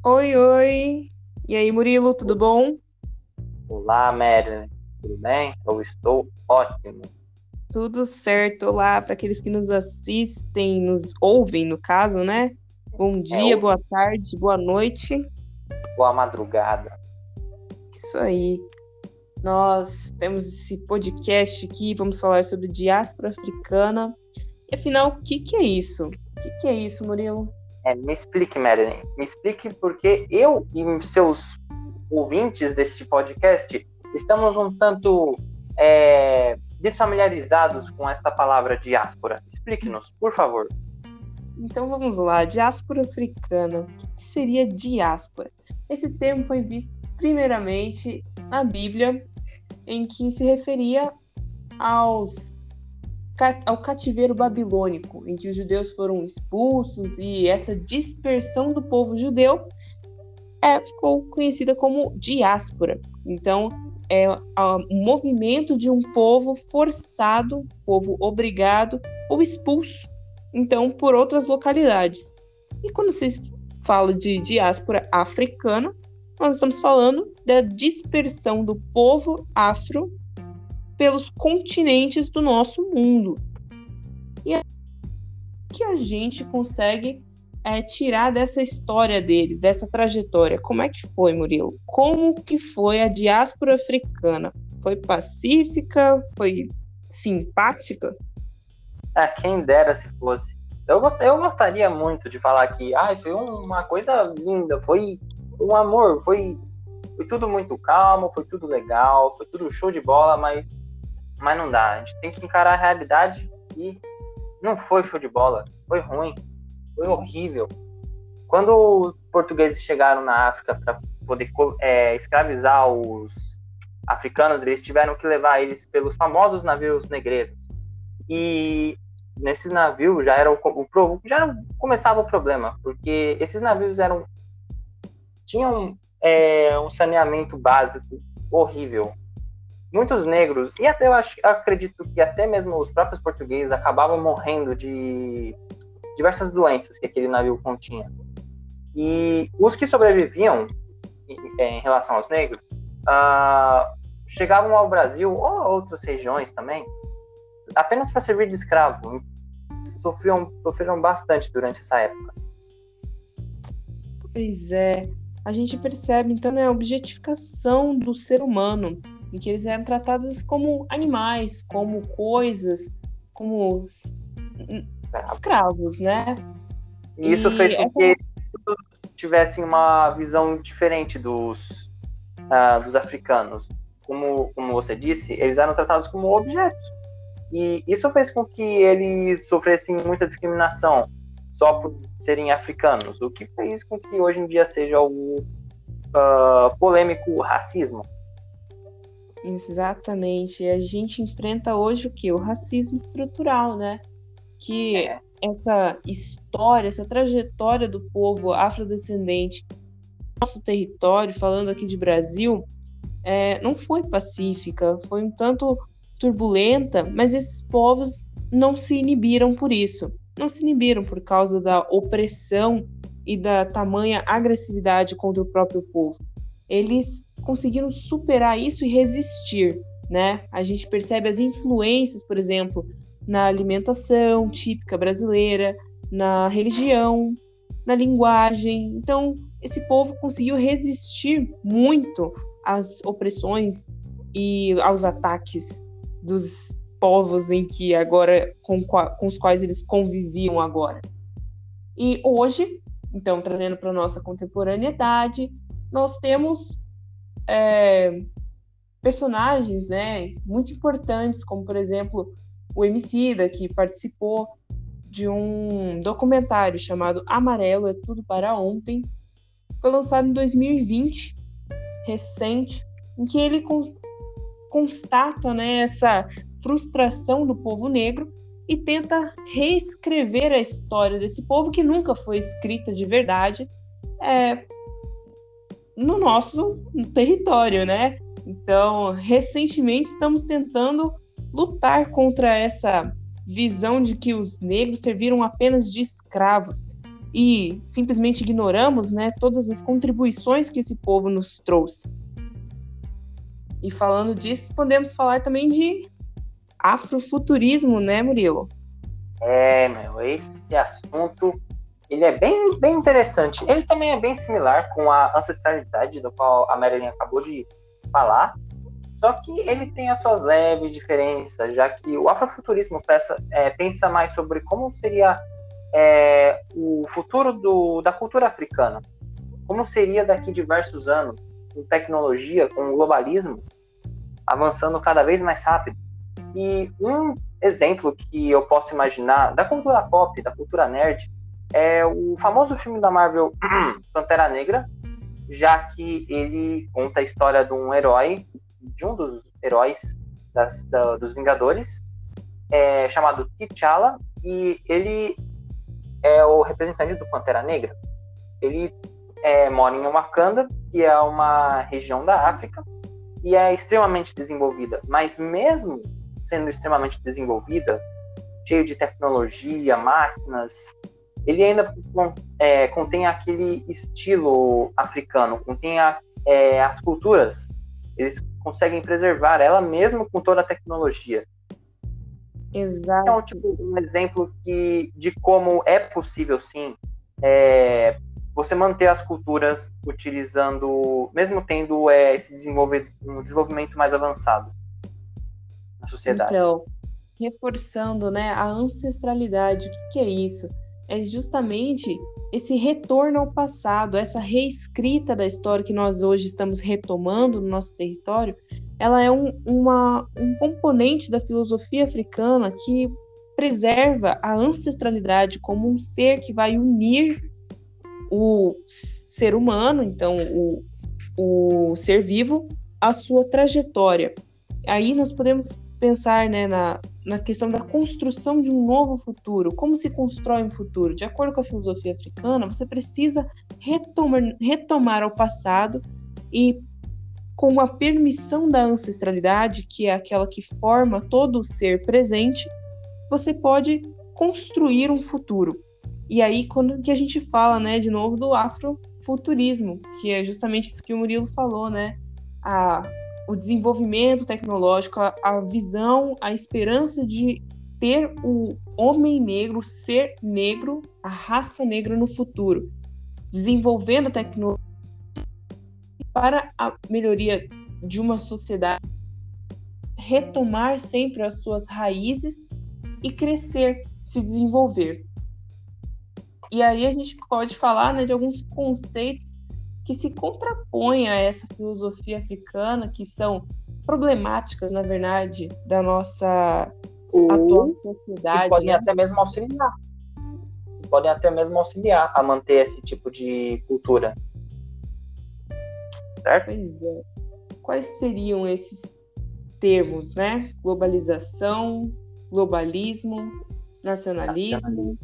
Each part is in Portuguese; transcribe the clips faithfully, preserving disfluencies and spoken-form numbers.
Oi, oi. E aí, Murilo, tudo bom? Olá, Marilyn. Tudo bem? Eu estou ótimo. Tudo certo. Olá, para aqueles que nos assistem, nos ouvem, no caso, né? Bom É, dia, boa ouve, tarde, boa noite. boa madrugada. Isso aí. Nós temos esse podcast aqui, vamos falar sobre diáspora africana. E afinal, o que que é isso? O que que é isso, Murilo? É, me explique, Marilyn. Me explique porque eu e seus ouvintes deste podcast estamos um tanto é, desfamiliarizados com esta palavra diáspora. Explique-nos, por favor. Então vamos lá, diáspora africana. O que que seria diáspora? Esse termo foi visto primeiramente na Bíblia, em que se referia aos, ao cativeiro babilônico, em que os judeus foram expulsos e essa dispersão do povo judeu é, ficou conhecida como diáspora. Então, é o movimento de um povo forçado, povo obrigado ou expulso, então, por outras localidades. E quando se fala de diáspora africana, nós estamos falando da dispersão do povo afro pelos continentes do nosso mundo. E é que a gente consegue é, tirar dessa história deles, dessa trajetória. Como é que foi, Murilo? Como que foi a diáspora africana? Foi pacífica? Foi simpática? Ah, quem dera se fosse. Eu, gost, eu gostaria muito de falar que ah, foi uma coisa linda, foi um amor, foi, foi tudo muito calmo, foi tudo legal, foi tudo show de bola, mas mas não dá. A gente tem que encarar a realidade e não foi show de bola. Foi ruim. Foi horrível. Quando os portugueses chegaram na África para poder é, escravizar os africanos, eles tiveram que levar eles pelos famosos navios negreiros. E nesses navios já era o, o já era, começava o problema, porque esses navios eram tinham é, um saneamento básico horrível. Muitos negros, e até eu acho, acredito que até mesmo os próprios portugueses acabavam morrendo de diversas doenças que aquele navio continha. E os que sobreviviam em, em relação aos negros uh, chegavam ao Brasil ou a outras regiões também apenas para servir de escravo. Sofriam, sofreram bastante durante essa época. Pois é. A gente percebe, então, né, a objetificação do ser humano, em que eles eram tratados como animais, como coisas, como escravos, né? E isso e fez com essa... que eles tivessem uma visão diferente dos, uh, dos africanos. Como, como você disse, eles eram tratados como objetos. E isso fez com que eles sofressem muita discriminação só por serem africanos, o que fez com que hoje em dia seja o uh, polêmico racismo. Exatamente. A gente enfrenta hoje o quê? O racismo estrutural, né? Que é. essa história, essa trajetória do povo afrodescendente no nosso território, falando aqui de Brasil, é, não foi pacífica, foi um tanto turbulenta, mas esses povos não se inibiram por isso. Não se inibiram por causa da opressão e da tamanha agressividade contra o próprio povo. Eles conseguiram superar isso e resistir, né? A gente percebe as influências, por exemplo, na alimentação típica brasileira, na religião, na linguagem. Então, esse povo conseguiu resistir muito às opressões e aos ataques dos povos em que agora com, com os quais eles conviviam agora. E hoje, então, trazendo para a nossa contemporaneidade, nós temos é, personagens, né, muito importantes, como, por exemplo, o Emicida, que participou de um documentário chamado Amarelo é Tudo para Ontem, foi lançado em dois mil e vinte, recente, em que ele constata, né, essa frustração do povo negro e tenta reescrever a história desse povo que nunca foi escrita de verdade é, no nosso território, né? Então, recentemente estamos tentando lutar contra essa visão de que os negros serviram apenas de escravos. e simplesmente ignoramos, né, todas as contribuições que esse povo nos trouxe. E falando disso, podemos falar também de afrofuturismo, né, Murilo? É, meu, esse assunto, ele é bem, bem interessante. Ele também é bem similar com a ancestralidade, do qual a Marilyn acabou de falar, só que ele tem as suas leves diferenças, já que o afrofuturismo pensa, é, pensa mais sobre como seria é, o futuro do, da cultura africana. Como seria daqui a diversos anos, com tecnologia, com o globalismo, avançando cada vez mais rápido. E um exemplo que eu posso imaginar da cultura pop, da cultura nerd, é o famoso filme da Marvel Pantera Negra, já que ele conta a história de um herói, de um dos heróis das, da, dos Vingadores, é, chamado T'Challa, e ele é o representante do Pantera Negra. Ele é, mora em Wakanda, que é uma região da África, e é extremamente desenvolvida, mas mesmo sendo extremamente desenvolvida, cheio de tecnologia, máquinas, ele ainda é, contém aquele estilo africano, contém a, é, as culturas, eles conseguem preservar ela mesmo com toda a tecnologia. Exato. Então, tipo, um exemplo que, de como é possível, sim, é, você manter as culturas utilizando, mesmo tendo é, esse desenvolver, um desenvolvimento mais avançado na sociedade. Então, reforçando, né, a ancestralidade, o que, que é isso? É justamente esse retorno ao passado, essa reescrita da história que nós hoje estamos retomando no nosso território, ela é um, uma, um componente da filosofia africana que preserva a ancestralidade como um ser que vai unir o ser humano, então o, o ser vivo, à sua trajetória. Aí nós podemos pensar, né, na, na questão da construção de um novo futuro. Como se constrói um futuro? De acordo com a filosofia africana, você precisa retomar, retomar ao passado e, com a permissão da ancestralidade, que é aquela que forma todo o ser presente, você pode construir um futuro. E aí, quando que a gente fala, né, de novo, do afrofuturismo, que é justamente isso que o Murilo falou, né? A, o desenvolvimento tecnológico, a, a visão, a esperança de ter o homem negro, o ser negro, a raça negra no futuro, desenvolvendo a tecnologia para a melhoria de uma sociedade, retomar sempre as suas raízes e crescer, se desenvolver. E aí a gente pode falar, né, de alguns conceitos que se contrapõem a essa filosofia africana, que são problemáticas, na verdade, da nossa Ou, atual sociedade. E podem né? até mesmo auxiliar. Podem até mesmo auxiliar a manter esse tipo de cultura. Certo? Pois é. Quais seriam esses termos, né? Globalização, globalismo, nacionalismo. nacionalismo.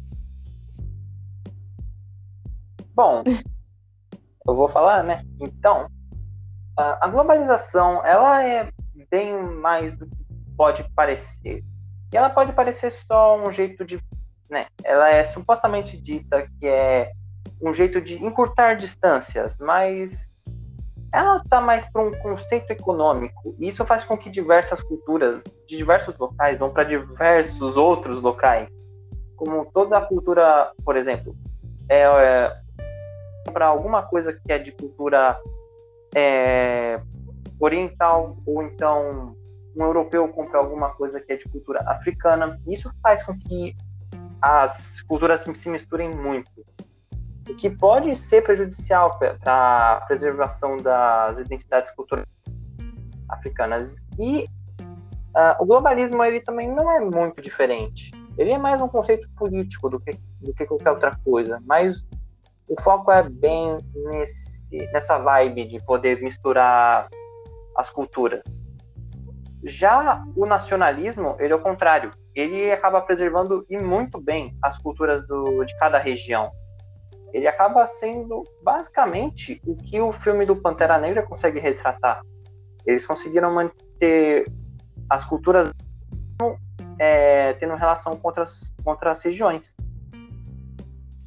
Bom, eu vou falar, né? Então, a globalização, ela é bem mais do que pode parecer. E ela pode parecer só um jeito de... né? Ela é supostamente dita que é um jeito de encurtar distâncias, mas ela está mais para um conceito econômico. E isso faz com que diversas culturas de diversos locais vão para diversos outros locais. Como toda a cultura, por exemplo, é... é para alguma coisa que é de cultura é, oriental, ou então um europeu compra alguma coisa que é de cultura africana. Isso faz com que as culturas se misturem muito, o que pode ser prejudicial para a preservação das identidades culturais africanas. E uh, o globalismo, ele também não é muito diferente. Ele é mais um conceito político do que, do que qualquer outra coisa, mas o foco é bem nesse, nessa vibe de poder misturar as culturas. Já o nacionalismo, ele é o contrário. Ele acaba preservando e muito bem as culturas do, de cada região. Ele acaba sendo basicamente o que o filme do Pantera Negra consegue retratar. Eles conseguiram manter as culturas é, tendo relação com outras, com outras regiões.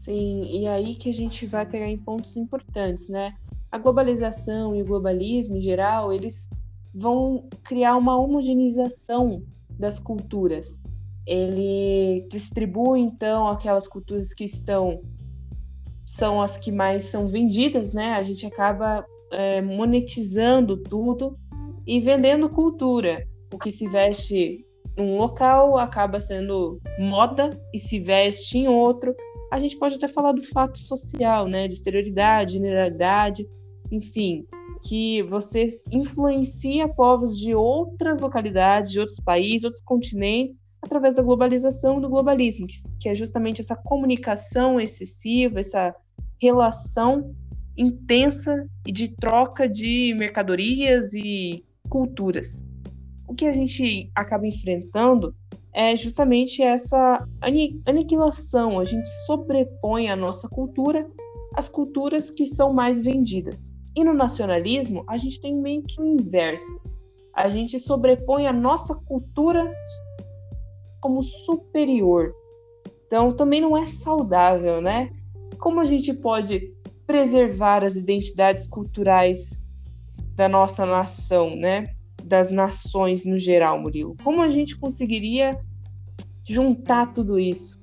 Sim, e aí que a gente vai pegar em pontos importantes, né? A globalização e o globalismo em geral, eles vão criar uma homogeneização das culturas. Ele distribui, então, aquelas culturas que estão são as que mais são vendidas, né? A gente acaba é, monetizando tudo e vendendo cultura. O que se veste num local acaba sendo moda e se veste em outro. A gente pode até falar do fato social, né? De exterioridade, generalidade, enfim, que você influencia povos de outras localidades, de outros países, outros continentes, através da globalização e do globalismo, que, que é justamente essa comunicação excessiva, essa relação intensa e de troca de mercadorias e culturas. O que a gente acaba enfrentando é justamente essa aniquilação. A gente sobrepõe a nossa cultura às culturas que são mais vendidas. E no nacionalismo, a gente tem meio que o inverso. A gente sobrepõe a nossa cultura como superior. Então, também não é saudável, né? Como a gente pode preservar as identidades culturais da nossa nação, né? Das nações no geral, Murilo? Como a gente conseguiria juntar tudo isso?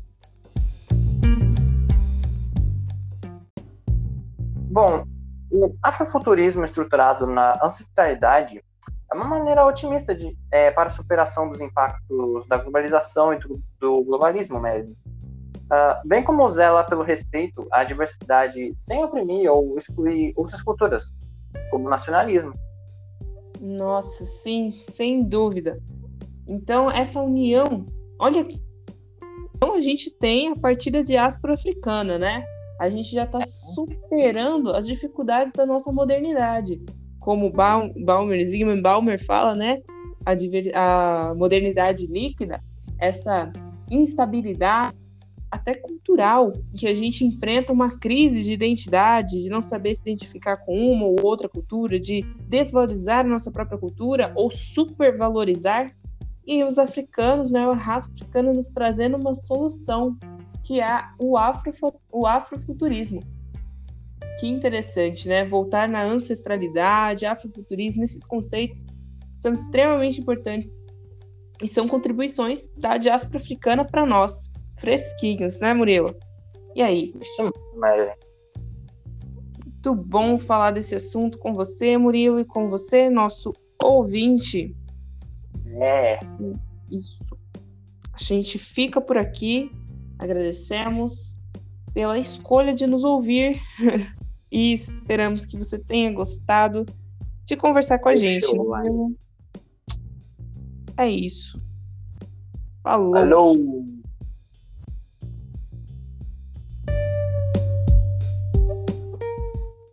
Bom, o afrofuturismo estruturado na ancestralidade é uma maneira otimista de, é, para a superação dos impactos da globalização e do, do globalismo mesmo. Uh, bem como zela pelo respeito à diversidade sem oprimir ou excluir outras culturas, como o nacionalismo. Nossa, sim, sem dúvida. Então, essa união, olha que então a gente tem a partir da diáspora africana, né? A gente já está superando as dificuldades da nossa modernidade. Como Baum, Balmer, Zygmunt Balmer fala, né? A, diver, a modernidade líquida, essa instabilidade até cultural, que a gente enfrenta uma crise de identidade, de não saber se identificar com uma ou outra cultura, de desvalorizar a nossa própria cultura ou supervalorizar, e os africanos, né, a raça africana nos trazendo uma solução, que é o, afro, o afrofuturismo. Que interessante, né? Voltar na ancestralidade, afrofuturismo, esses conceitos são extremamente importantes e são contribuições da diáspora africana para nós. Fresquinhos, né, Murilo? E aí? Isso mesmo, Maria. Muito bom falar desse assunto com você, Murilo, e com você, nosso ouvinte. É. Isso. A gente fica por aqui. Agradecemos pela escolha de nos ouvir e esperamos que você tenha gostado de conversar com a gente. Né? É isso. Falou. Falou.